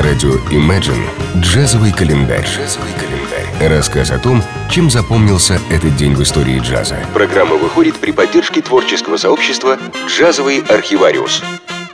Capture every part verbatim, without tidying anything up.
На радио Imagine «Джазовый календарь». «Джазовый календарь». Рассказ о том, чем запомнился этот день в истории джаза. Программа выходит при поддержке творческого сообщества «Джазовый архивариус».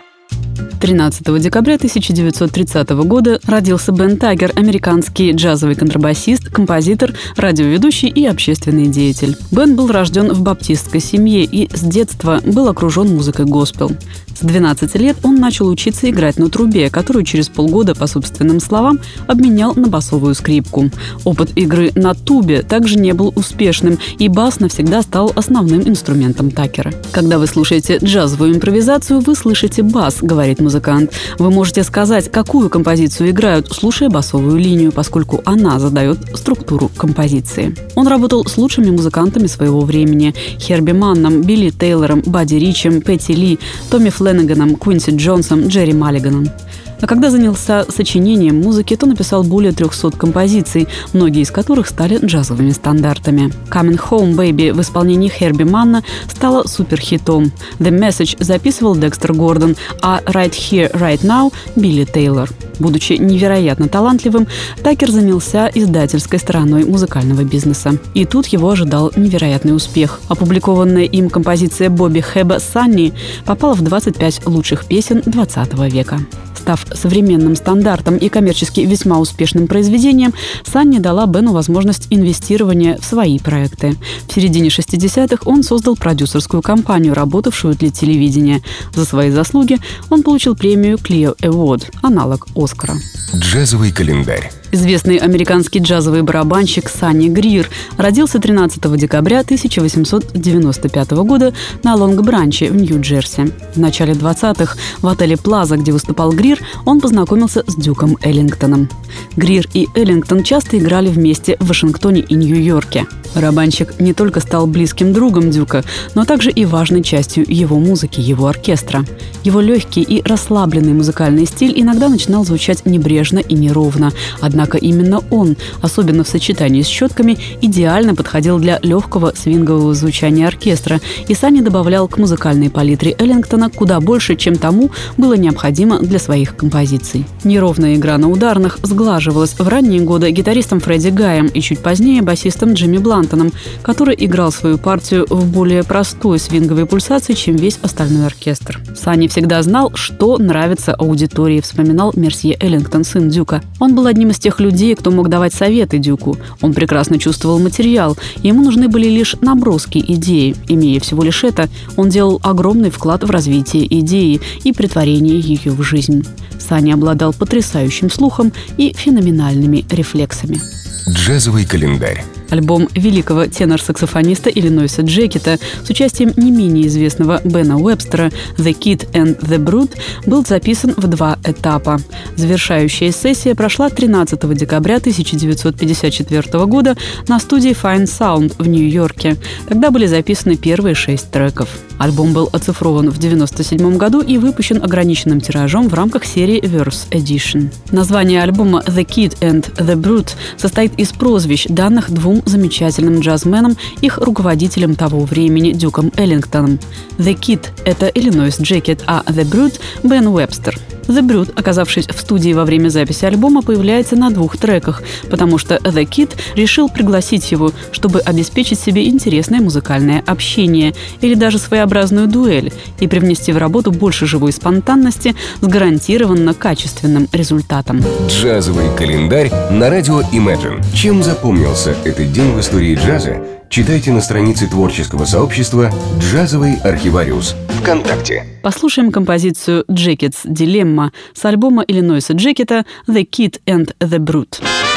тринадцатого декабря тысяча девятьсот тридцатого года родился Бен Тагер, американский джазовый контрабасист, композитор, радиоведущий и общественный деятель. Бен был рожден в баптистской семье и с детства был окружен музыкой госпел. С двенадцати лет он начал учиться играть на трубе, которую через полгода, по собственным словам, обменял на басовую скрипку. Опыт игры на тубе также не был успешным, и бас навсегда стал основным инструментом Такера. Когда вы слушаете джазовую импровизацию, вы слышите бас, говорит музыкант. Вы можете сказать, какую композицию играют, слушая басовую линию, поскольку она задает структуру композиции. Он работал с лучшими музыкантами своего времени – Херби Манном, Билли Тейлором, Бадди Ричем, Петти Ли, Томми Фленниганом, Квинси Джонсом, Джерри Маллиганом. А когда занялся сочинением музыки, то написал более трехсот композиций, многие из которых стали джазовыми стандартами. «Coming Home, Baby» в исполнении Херби Манна стала суперхитом. «The Message» записывал Декстер Гордон, а «Right Here, Right Now» – Билли Тейлор. Будучи невероятно талантливым, Такер занялся издательской стороной музыкального бизнеса. И тут его ожидал невероятный успех. Опубликованная им композиция Бобби Хэба «Санни» попала в двадцать пять лучших песен двадцатого века. Став современным стандартом и коммерчески весьма успешным произведением, «Санни» дала Бену возможность инвестирования в свои проекты. В середине шестидесятых он создал продюсерскую компанию, работавшую для телевидения. За свои заслуги он получил премию Clio Award, аналог Оскара. «Джазовый календарь». Известный американский джазовый барабанщик Санни Грир родился тринадцатого декабря тысяча восемьсот девяносто пятого года на Лонг-Бранче в Нью-Джерси. В начале двадцатых в отеле «Плаза», где выступал Грир, он познакомился с Дюком Эллингтоном. Грир и Эллингтон часто играли вместе в Вашингтоне и Нью-Йорке. Барабанщик не только стал близким другом Дюка, но также и важной частью его музыки, его оркестра. Его легкий и расслабленный музыкальный стиль иногда начинал звучать небрежно и неровно, однако именно он, особенно в сочетании с щетками, идеально подходил для легкого свингового звучания оркестра, и Санни добавлял к музыкальной палитре Эллингтона куда больше, чем тому было необходимо для своих композиций. Неровная игра на ударных сглаживалась в ранние годы гитаристом Фредди Гаем и чуть позднее басистом Джимми Блантоном, который играл свою партию в более простой свинговой пульсации, чем весь остальной оркестр. Санни всегда знал, что нравится аудитории, вспоминал Мерсье Эллингтон, сын Дюка. Он был одним из тех людей, кто мог давать советы Дюку. Он прекрасно чувствовал материал, ему нужны были лишь наброски идеи. Имея всего лишь это, он делал огромный вклад в развитие идеи и претворение ее в жизнь. Санни обладал потрясающим слухом и феноменальными рефлексами. «Джазовый календарь». Альбом великого тенор-саксофониста Иллинойса Джекета с участием не менее известного Бена Уэбстера «The Kid and the Brute» был записан в два этапа. Завершающая сессия прошла тринадцатого декабря тысяча девятьсот пятьдесят четвёртого года на студии Fine Sound в Нью-Йорке. Тогда были записаны первые шесть треков. Альбом был оцифрован в девяносто седьмом году и выпущен ограниченным тиражом в рамках серии Verse Edition. Название альбома «The Kid and the Brute» состоит из прозвищ, данных двум замечательным джазменам, их руководителем того времени Дюком Эллингтоном. «The Kid» — это Иллинойс Джекет, а «The Brute» — Бен Уэбстер. The Brute, оказавшись в студии во время записи альбома, появляется на двух треках, потому что The Kid решил пригласить его, чтобы обеспечить себе интересное музыкальное общение или даже своеобразную дуэль и привнести в работу больше живой спонтанности с гарантированно качественным результатом. «Джазовый календарь» на радио Imagine. Чем запомнился этот день в истории джаза? Читайте на странице творческого сообщества «Джазовый архивариус» ВКонтакте. Послушаем композицию «Джекет's Dilemma» с альбома Иллинойса Джекета «The Kid and the Brute».